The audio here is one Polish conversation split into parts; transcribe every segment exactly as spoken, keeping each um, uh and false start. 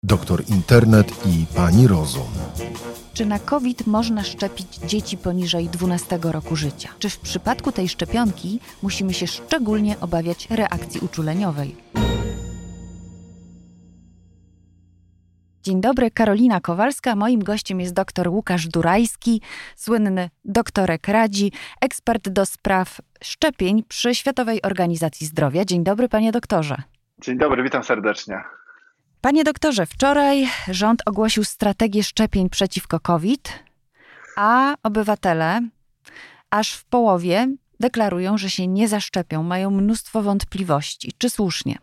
Doktor Internet i Pani Rozum. Czy na COVID można szczepić dzieci poniżej dwunastego roku życia? Czy w przypadku tej szczepionki musimy się szczególnie obawiać reakcji uczuleniowej? Dzień dobry, Karolina Kowalska. Moim gościem jest dr Łukasz Durajski, słynny doktorek Radzi, ekspert do spraw szczepień przy Światowej Organizacji Zdrowia. Dzień dobry, panie doktorze. Dzień dobry, witam serdecznie. Panie doktorze, wczoraj rząd ogłosił strategię szczepień przeciwko COVID, a obywatele aż w połowie deklarują, że się nie zaszczepią, mają mnóstwo wątpliwości. Czy słusznie?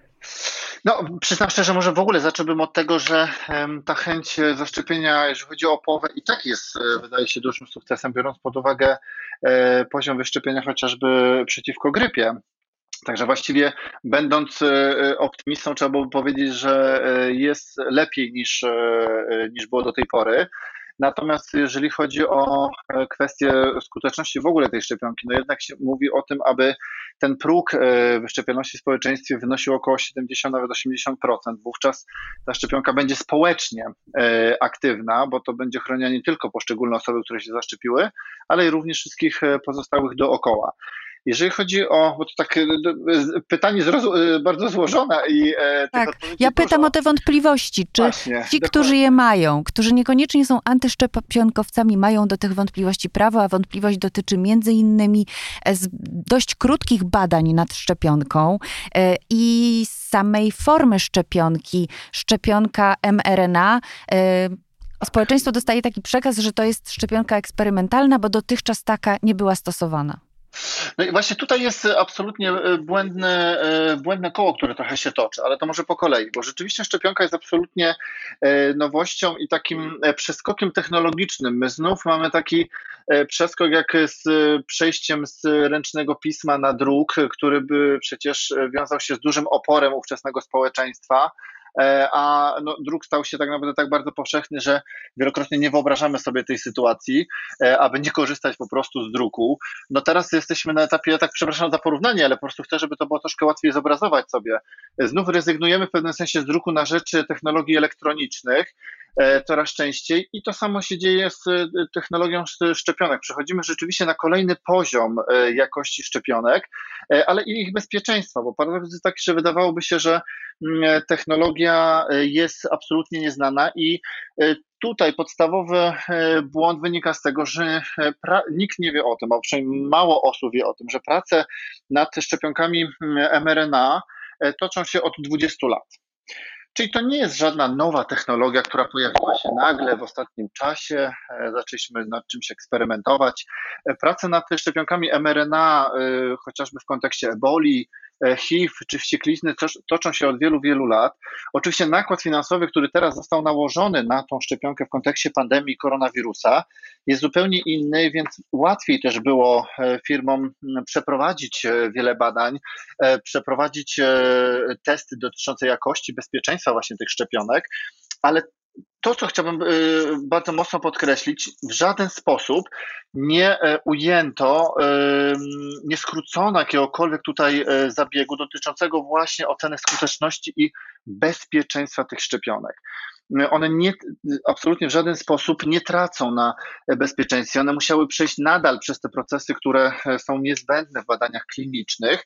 No, przyznam szczerze, może w ogóle zacząłbym od tego, że um, ta chęć zaszczepienia, jeżeli chodzi o połowę, i tak jest, wydaje się, dużym sukcesem, biorąc pod uwagę e, poziom wyszczepienia chociażby przeciwko grypie. Także właściwie będąc optymistą, trzeba byłoby powiedzieć, że jest lepiej niż, niż było do tej pory. Natomiast jeżeli chodzi o kwestię skuteczności w ogóle tej szczepionki, no jednak się mówi o tym, aby ten próg wyszczepioności w społeczeństwie wynosił około siedemdziesiąt, nawet osiemdziesiąt procent. Wówczas ta szczepionka będzie społecznie aktywna, bo to będzie chroniła nie tylko poszczególne osoby, które się zaszczepiły, ale i również wszystkich pozostałych dookoła. Jeżeli chodzi o, bo to tak pytanie zrozu- bardzo złożone i e, tak, ja pytam dużo o te wątpliwości, czy Właśnie, ci, dokładnie. którzy je mają, którzy niekoniecznie są antyszczepionkowcami, mają do tych wątpliwości prawo, a wątpliwość dotyczy między innymi z dość krótkich badań nad szczepionką e, i samej formy szczepionki, szczepionka em er en a. E, społeczeństwo dostaje taki przekaz, że to jest szczepionka eksperymentalna, bo dotychczas taka nie była stosowana. No i właśnie tutaj jest absolutnie błędne, błędne koło, które trochę się toczy, ale to może po kolei, bo rzeczywiście szczepionka jest absolutnie nowością i takim przeskokiem technologicznym. My znów mamy taki przeskok jak z przejściem z ręcznego pisma na druk, który by przecież wiązał się z dużym oporem ówczesnego społeczeństwa, a no, druk stał się tak naprawdę tak bardzo powszechny, że wielokrotnie nie wyobrażamy sobie tej sytuacji, aby nie korzystać po prostu z druku. No teraz jesteśmy na etapie, ja tak przepraszam za porównanie, ale po prostu chcę, żeby to było troszkę łatwiej zobrazować sobie. Znów rezygnujemy w pewnym sensie z druku na rzecz technologii elektronicznych, coraz częściej i to samo się dzieje z technologią szczepionek. Przechodzimy rzeczywiście na kolejny poziom jakości szczepionek, ale i ich bezpieczeństwa, bo paradoks jest taki, że wydawałoby się, że technologia jest absolutnie nieznana i tutaj podstawowy błąd wynika z tego, że pra- nikt nie wie o tym, a przynajmniej mało osób wie o tym, że prace nad szczepionkami em er en a toczą się od dwudziestu lat. Czyli to nie jest żadna nowa technologia, która pojawiła się nagle w ostatnim czasie, zaczęliśmy nad czymś eksperymentować. Prace nad szczepionkami em er en a, chociażby w kontekście eboli, H I V czy wścieklizny toczą się od wielu, wielu lat. Oczywiście nakład finansowy, który teraz został nałożony na tą szczepionkę w kontekście pandemii koronawirusa jest zupełnie inny, więc łatwiej też było firmom przeprowadzić wiele badań, przeprowadzić testy dotyczące jakości, bezpieczeństwa właśnie tych szczepionek, ale to, co chciałbym bardzo mocno podkreślić, w żaden sposób nie ujęto, nie skrócono jakiegokolwiek tutaj zabiegu dotyczącego właśnie oceny skuteczności i bezpieczeństwa tych szczepionek. One nie, absolutnie w żaden sposób nie tracą na bezpieczeństwie. One musiały przejść nadal przez te procesy, które są niezbędne w badaniach klinicznych.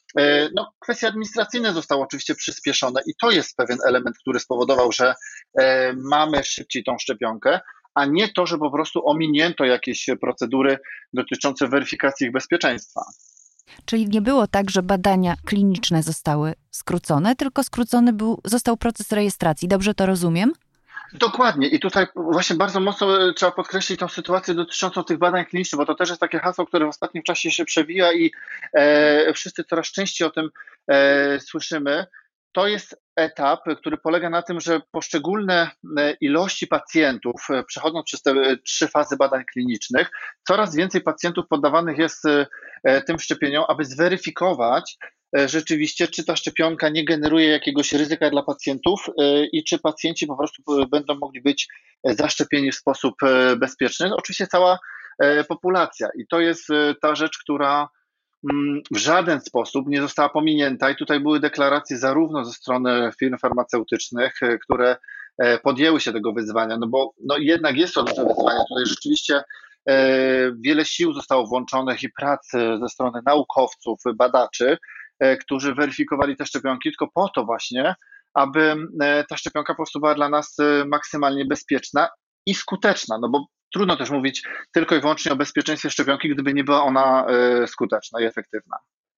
No, kwestie administracyjne zostały oczywiście przyspieszone i to jest pewien element, który spowodował, że e, mamy szybciej tą szczepionkę, a nie to, że po prostu ominięto jakieś procedury dotyczące weryfikacji ich bezpieczeństwa. Czyli nie było tak, że badania kliniczne zostały skrócone, tylko skrócony był, został proces rejestracji. Dobrze to rozumiem? Dokładnie i tutaj właśnie bardzo mocno trzeba podkreślić tą sytuację dotyczącą tych badań klinicznych, bo to też jest takie hasło, które w ostatnim czasie się przewija i e, wszyscy coraz częściej o tym e, słyszymy. To jest etap, który polega na tym, że poszczególne ilości pacjentów przechodząc przez te trzy fazy badań klinicznych, coraz więcej pacjentów poddawanych jest tym szczepieniom, aby zweryfikować rzeczywiście, czy ta szczepionka nie generuje jakiegoś ryzyka dla pacjentów i czy pacjenci po prostu będą mogli być zaszczepieni w sposób bezpieczny. Oczywiście cała populacja i to jest ta rzecz, która w żaden sposób nie została pominięta i tutaj były deklaracje zarówno ze strony firm farmaceutycznych, które podjęły się tego wyzwania, no bo no jednak jest to duże wyzwanie. Tutaj rzeczywiście wiele sił zostało włączonych i pracy ze strony naukowców, badaczy, którzy weryfikowali te szczepionki tylko po to właśnie, aby ta szczepionka po prostu była dla nas maksymalnie bezpieczna i skuteczna, no bo trudno też mówić tylko i wyłącznie o bezpieczeństwie szczepionki, gdyby nie była ona skuteczna i efektywna.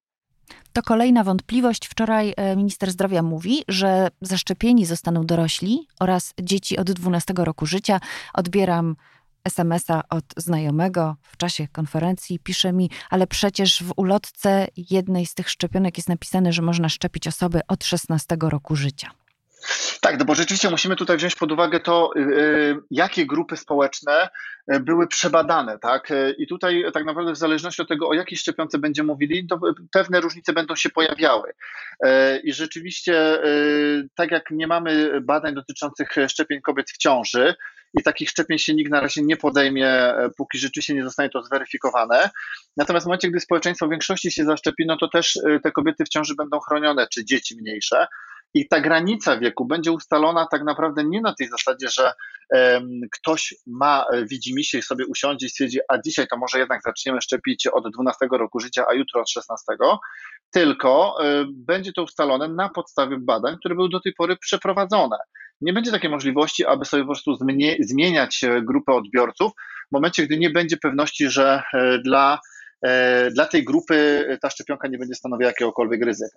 To kolejna wątpliwość. Wczoraj minister zdrowia mówi, że zaszczepieni zostaną dorośli oraz dzieci od dwunastego roku życia. Odbieram es em es a od znajomego w czasie konferencji. Pisze mi, ale przecież w ulotce jednej z tych szczepionek jest napisane, że można szczepić osoby od szesnastego roku życia. Tak, no bo rzeczywiście musimy tutaj wziąć pod uwagę to, jakie grupy społeczne były przebadane, tak? I tutaj tak naprawdę w zależności od tego, o jakiej szczepionce będziemy mówili, to pewne różnice będą się pojawiały. I rzeczywiście, tak jak nie mamy badań dotyczących szczepień kobiet w ciąży, i takich szczepień się nikt na razie nie podejmie, póki rzeczywiście nie zostanie to zweryfikowane. Natomiast w momencie, gdy społeczeństwo w większości się zaszczepi, no to też te kobiety w ciąży będą chronione, czy dzieci mniejsze. I ta granica wieku będzie ustalona tak naprawdę nie na tej zasadzie, że um, ktoś ma widzimisię i sobie usiądzie i stwierdzi, a dzisiaj to może jednak zaczniemy szczepić od dwunastego roku życia, a jutro od szesnastego, tylko um, będzie to ustalone na podstawie badań, które były do tej pory przeprowadzone. Nie będzie takiej możliwości, aby sobie po prostu zmieniać grupę odbiorców w momencie, gdy nie będzie pewności, że dla, dla tej grupy ta szczepionka nie będzie stanowiła jakiegokolwiek ryzyka.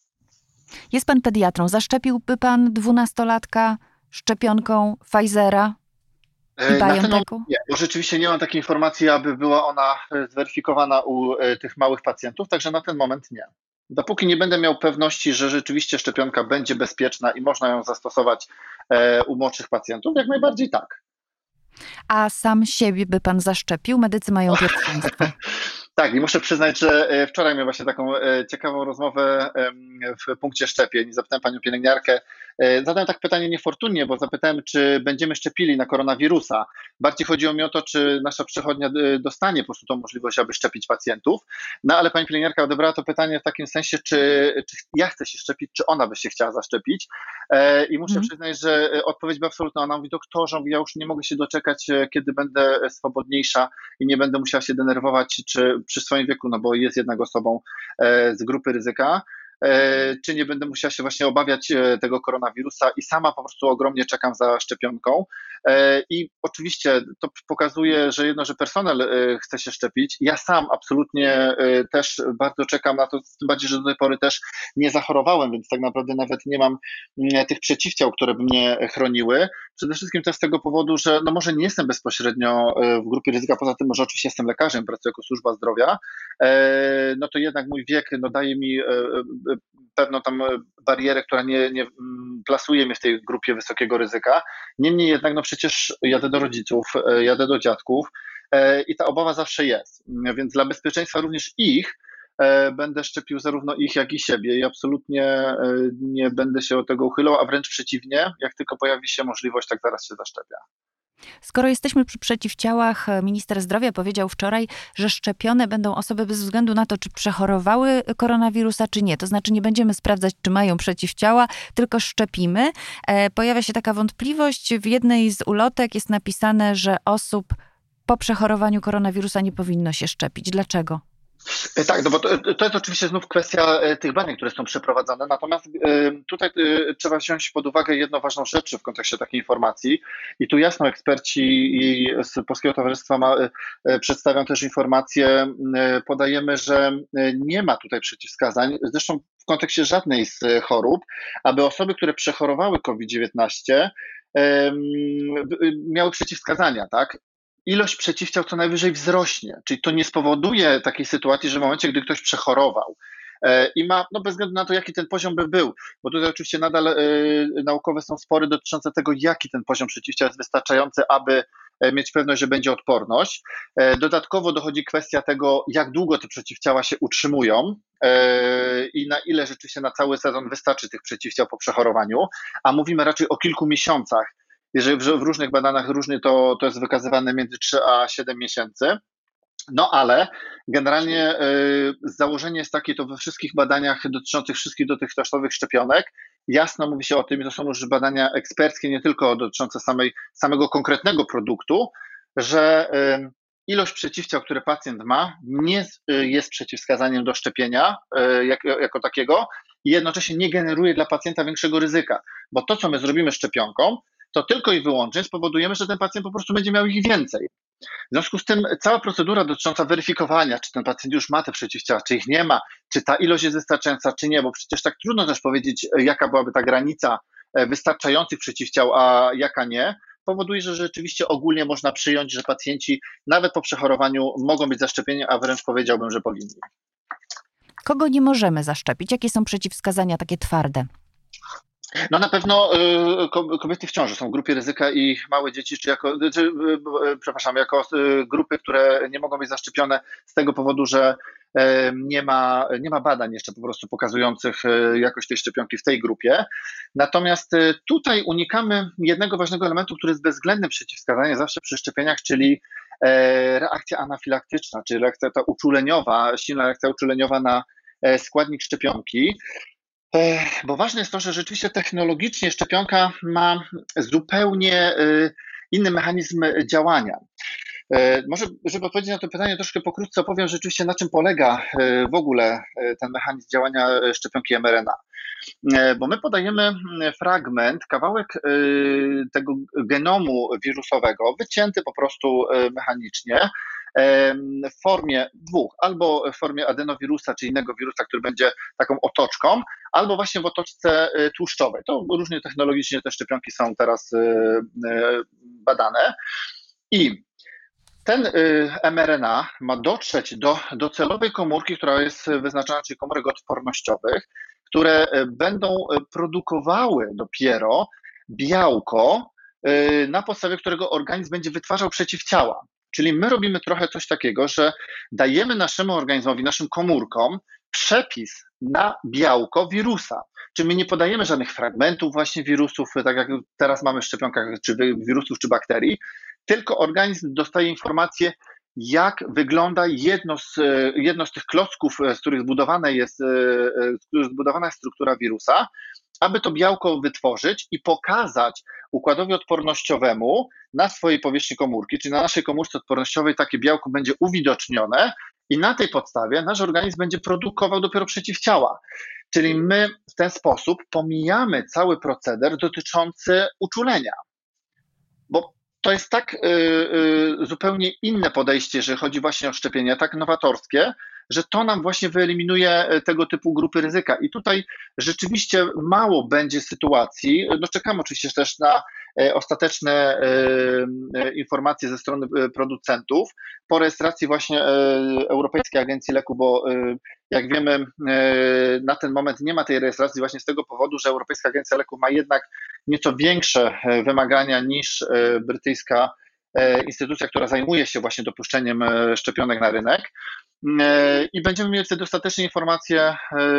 Jest pan pediatrą. Zaszczepiłby pan dwunastolatka szczepionką Pfizera i BioNTechu? Nie, bo rzeczywiście nie mam takiej informacji, aby była ona zweryfikowana u tych małych pacjentów, także na ten moment nie. Dopóki nie będę miał pewności, że rzeczywiście szczepionka będzie bezpieczna i można ją zastosować u młodszych pacjentów, jak najbardziej tak. A sam siebie by pan zaszczepił? Medycy mają pierwszeństwo. Tak, i muszę przyznać, że wczoraj miałem właśnie taką ciekawą rozmowę w punkcie szczepień. Zapytałem panią pielęgniarkę, zadałem tak pytanie niefortunnie, bo zapytałem, czy będziemy szczepili na koronawirusa. Bardziej chodziło mi o to, czy nasza przechodnia dostanie po prostu tą możliwość, aby szczepić pacjentów. No ale pani pielęgniarka odebrała to pytanie w takim sensie, czy, czy ja chcę się szczepić, czy ona by się chciała zaszczepić. I muszę hmm. przyznać, że odpowiedź była absolutna. Ona mówi, doktorze, ja już nie mogę się doczekać, kiedy będę swobodniejsza i nie będę musiała się denerwować, czy przy swoim wieku, no bo jest jednak osobą z grupy ryzyka, czy nie będę musiała się właśnie obawiać tego koronawirusa i sama po prostu ogromnie czekam za szczepionką. I oczywiście to pokazuje, że jedno, że personel chce się szczepić. Ja sam absolutnie też bardzo czekam na to, tym bardziej, że do tej pory też nie zachorowałem, więc tak naprawdę nawet nie mam tych przeciwciał, które by mnie chroniły. Przede wszystkim też z tego powodu, że no może nie jestem bezpośrednio w grupie ryzyka, poza tym, że oczywiście jestem lekarzem, pracuję jako służba zdrowia, no to jednak mój wiek no daje mi pewną tam barierę, która nie, nie plasuje mnie w tej grupie wysokiego ryzyka. Niemniej jednak no przecież jadę do rodziców, jadę do dziadków i ta obawa zawsze jest. Więc dla bezpieczeństwa również ich będę szczepił zarówno ich, jak i siebie i absolutnie nie będę się od tego uchylał, a wręcz przeciwnie, jak tylko pojawi się możliwość, tak zaraz się zaszczepia. Skoro jesteśmy przy przeciwciałach, minister zdrowia powiedział wczoraj, że szczepione będą osoby bez względu na to, czy przechorowały koronawirusa, czy nie. To znaczy nie będziemy sprawdzać, czy mają przeciwciała, tylko szczepimy. Pojawia się taka wątpliwość. W jednej z ulotek jest napisane, że osób po przechorowaniu koronawirusa nie powinno się szczepić. Dlaczego? Tak, no bo to, to jest oczywiście znów kwestia tych badań, które są przeprowadzane, natomiast tutaj trzeba wziąć pod uwagę jedną ważną rzecz w kontekście takiej informacji i tu jasno eksperci z Polskiego Towarzystwa ma, przedstawią też informacje, podajemy, że nie ma tutaj przeciwwskazań, zresztą w kontekście żadnej z chorób, aby osoby, które przechorowały COVID dziewiętnaście miały przeciwwskazania, tak? Ilość przeciwciał co najwyżej wzrośnie, czyli to nie spowoduje takiej sytuacji, że w momencie, gdy ktoś przechorował i ma, no bez względu na to, jaki ten poziom by był, bo tutaj oczywiście nadal y, naukowe są spory dotyczące tego, jaki ten poziom przeciwciał jest wystarczający, aby mieć pewność, że będzie odporność. Dodatkowo dochodzi kwestia tego, jak długo te przeciwciała się utrzymują i na ile rzeczywiście na cały sezon wystarczy tych przeciwciał po przechorowaniu, a mówimy raczej o kilku miesiącach. Jeżeli w różnych badaniach różnie to, to jest wykazywane między trzy a siedem miesięcy. No ale generalnie y, założenie jest takie, to we wszystkich badaniach dotyczących wszystkich dotychczasowych szczepionek jasno mówi się o tym, i to są już badania eksperckie, nie tylko dotyczące samej, samego konkretnego produktu, że y, ilość przeciwciał, które pacjent ma, nie y, jest przeciwwskazaniem do szczepienia y, jak, jako takiego i jednocześnie nie generuje dla pacjenta większego ryzyka, bo to, co my zrobimy szczepionką, to tylko i wyłącznie spowodujemy, że ten pacjent po prostu będzie miał ich więcej. W związku z tym cała procedura dotycząca weryfikowania, czy ten pacjent już ma te przeciwciała, czy ich nie ma, czy ta ilość jest wystarczająca, czy nie, bo przecież tak trudno też powiedzieć, jaka byłaby ta granica wystarczających przeciwciał, a jaka nie, powoduje, że rzeczywiście ogólnie można przyjąć, że pacjenci nawet po przechorowaniu mogą być zaszczepieni, a wręcz powiedziałbym, że powinni. Kogo nie możemy zaszczepić? Jakie są przeciwwskazania takie twarde? No na pewno y, kobiety w ciąży są w grupie ryzyka i małe dzieci, czy jako, czy, y, y, przepraszam, jako y, grupy, które nie mogą być zaszczepione z tego powodu, że y, nie ma, nie ma badań jeszcze po prostu pokazujących y, jakość tej szczepionki w tej grupie. Natomiast y, tutaj unikamy jednego ważnego elementu, który jest bezwzględnym przeciwwskazaniem zawsze przy szczepieniach, czyli y, reakcja anafilaktyczna, czyli reakcja ta uczuleniowa, silna reakcja uczuleniowa na y, składnik szczepionki. Bo ważne jest to, że rzeczywiście technologicznie szczepionka ma zupełnie inny mechanizm działania. Może, żeby odpowiedzieć na to pytanie, troszkę pokrótce opowiem rzeczywiście, na czym polega w ogóle ten mechanizm działania szczepionki em er en a. Bo my podajemy fragment, kawałek tego genomu wirusowego, wycięty po prostu mechanicznie, w formie dwóch, albo w formie adenowirusa, czy innego wirusa, który będzie taką otoczką, albo właśnie w otoczce tłuszczowej. To różnie technologicznie te szczepionki są teraz badane. I ten em er en a ma dotrzeć do docelowej komórki, która jest wyznaczona, czyli komórek odpornościowych, które będą produkowały dopiero białko, na podstawie którego organizm będzie wytwarzał przeciwciała. Czyli my robimy trochę coś takiego, że dajemy naszemu organizmowi, naszym komórkom przepis na białko wirusa. Czyli my nie podajemy żadnych fragmentów właśnie wirusów, tak jak teraz mamy w szczepionkach, czy wirusów, czy bakterii, tylko organizm dostaje informację, jak wygląda jedno z, jedno z tych klocków, z których zbudowana jest, z których zbudowana jest struktura wirusa, aby to białko wytworzyć i pokazać układowi odpornościowemu na swojej powierzchni komórki, czyli na naszej komórce odpornościowej takie białko będzie uwidocznione i na tej podstawie nasz organizm będzie produkował dopiero przeciwciała. Czyli my w ten sposób pomijamy cały proceder dotyczący uczulenia. Bo to jest tak y, y, zupełnie inne podejście, jeżeli chodzi właśnie o szczepienia, tak nowatorskie, że to nam właśnie wyeliminuje tego typu grupy ryzyka. I tutaj rzeczywiście mało będzie sytuacji, no czekamy oczywiście też na ostateczne informacje ze strony producentów po rejestracji właśnie Europejskiej Agencji Leku, bo jak wiemy, na ten moment nie ma tej rejestracji właśnie z tego powodu, że Europejska Agencja Leku ma jednak nieco większe wymagania niż brytyjska instytucja, która zajmuje się właśnie dopuszczeniem szczepionek na rynek. I będziemy mieli wtedy dostateczne informacje,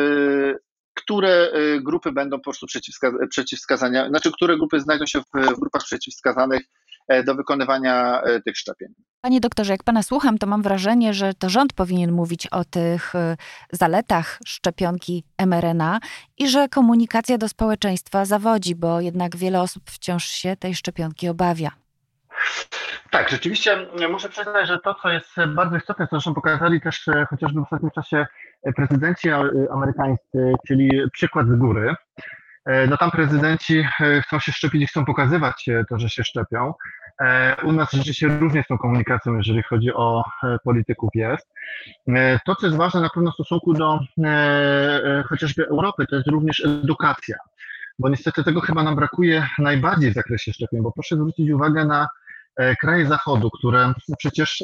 które grupy będą po prostu przeciwwska- przeciwwskazania, znaczy które grupy znajdą się w, w grupach przeciwwskazanych do wykonywania tych szczepień. Panie doktorze, jak pana słucham, to mam wrażenie, że to rząd powinien mówić o tych zaletach szczepionki em er en a i że komunikacja do społeczeństwa zawodzi, bo jednak wiele osób wciąż się tej szczepionki obawia. Tak, rzeczywiście muszę przyznać, że to, co jest bardzo istotne, co zresztą pokazali też chociażby w ostatnim czasie prezydenci amerykańscy, czyli przykład z góry. No tam prezydenci chcą się szczepić i chcą pokazywać to, że się szczepią. U nas rzeczywiście różnie z tą komunikacją, jeżeli chodzi o polityków jest. To, co jest ważne na pewno w stosunku do chociażby Europy, to jest również edukacja. Bo niestety tego chyba nam brakuje najbardziej w zakresie szczepień, bo proszę zwrócić uwagę na kraje Zachodu, które przecież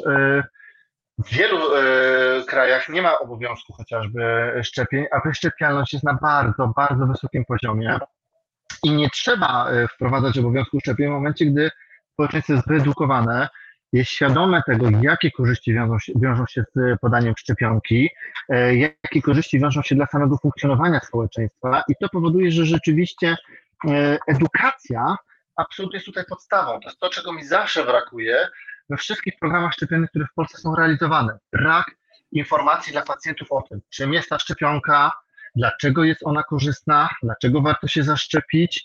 w wielu krajach nie ma obowiązku chociażby szczepień, a wyszczepialność jest na bardzo, bardzo wysokim poziomie i nie trzeba wprowadzać obowiązku szczepień w momencie, gdy społeczeństwo jest wyedukowane, jest świadome tego, jakie korzyści wiążą się, wiążą się z podaniem szczepionki, jakie korzyści wiążą się dla samego funkcjonowania społeczeństwa i to powoduje, że rzeczywiście edukacja absolutnie jest tutaj podstawą. To jest to, czego mi zawsze brakuje we wszystkich programach szczepiennych, które w Polsce są realizowane. Brak informacji dla pacjentów o tym, czym jest ta szczepionka, dlaczego jest ona korzystna, dlaczego warto się zaszczepić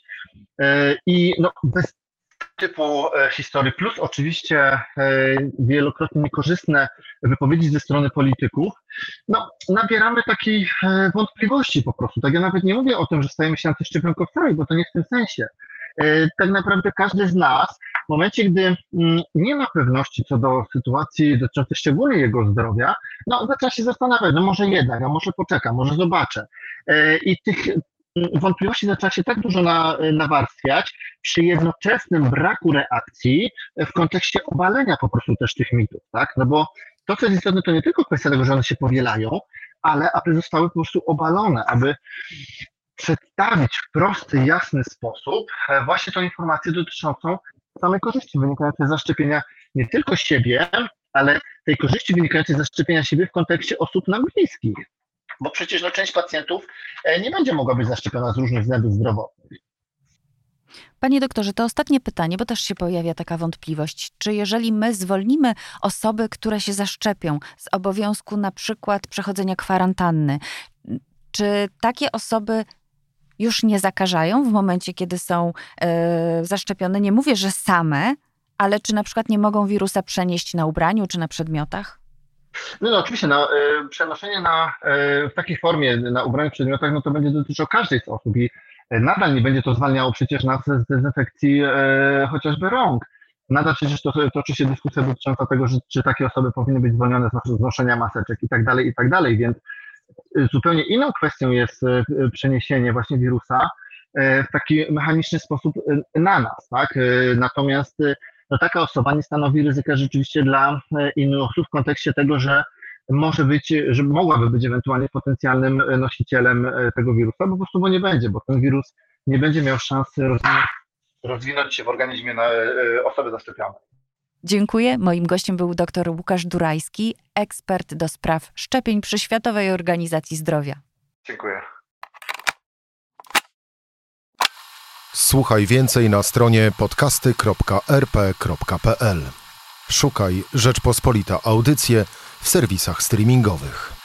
i no, bez typu historii, plus oczywiście wielokrotnie niekorzystne wypowiedzi ze strony polityków, no nabieramy takiej wątpliwości po prostu. Tak ja nawet nie mówię o tym, że stajemy się antyszczepionkowcami, bo to nie w tym sensie. Tak naprawdę każdy z nas w momencie, gdy nie ma pewności co do sytuacji dotyczącej szczególnie jego zdrowia, no zaczyna się zastanawiać, no może jednak, a może poczekam, może zobaczę. I tych wątpliwości zaczyna się tak dużo na, nawarstwiać przy jednoczesnym braku reakcji w kontekście obalenia po prostu też tych mitów, tak? No bo to, co jest istotne, to nie tylko kwestia tego, że one się powielają, ale aby zostały po prostu obalone, aby przedstawić w prosty, jasny sposób właśnie tą informację dotyczącą samej korzyści wynikającej z zaszczepienia nie tylko siebie, ale tej korzyści wynikającej z zaszczepienia siebie w kontekście osób nam bliskich. Bo przecież no, część pacjentów nie będzie mogła być zaszczepiona z różnych względów zdrowotnych. Panie doktorze, to ostatnie pytanie, bo też się pojawia taka wątpliwość. Czy jeżeli my zwolnimy osoby, które się zaszczepią z obowiązku na przykład przechodzenia kwarantanny, czy takie osoby już nie zakażają w momencie, kiedy są yy, zaszczepione? Nie mówię, że same, ale czy na przykład nie mogą wirusa przenieść na ubraniu czy na przedmiotach? No, no oczywiście, no, y, przenoszenie na, y, w takiej formie na ubraniu, przedmiotach, no to będzie dotyczyło każdej z osób i nadal nie będzie to zwalniało przecież nas z dezynfekcji y, chociażby rąk. Nadal przecież to, toczy się dyskusja dotycząca tego, że, czy takie osoby powinny być zwolnione z noszenia maseczek i tak dalej, i tak dalej, więc zupełnie inną kwestią jest przeniesienie właśnie wirusa w taki mechaniczny sposób na nas, tak? Natomiast no, taka osoba nie stanowi ryzyka rzeczywiście dla innych osób w kontekście tego, że może być, że mogłaby być ewentualnie potencjalnym nosicielem tego wirusa, bo po prostu go nie będzie, bo ten wirus nie będzie miał szansy rozwinąć, rozwinąć się w organizmie na osoby zaszczepionej. Dziękuję. Moim gościem był dr Łukasz Durajski, ekspert do spraw szczepień przy Światowej Organizacji Zdrowia. Dziękuję. Słuchaj więcej na stronie podcasty kropka er pe kropka pe el. Szukaj Rzeczpospolita Audycje w serwisach streamingowych.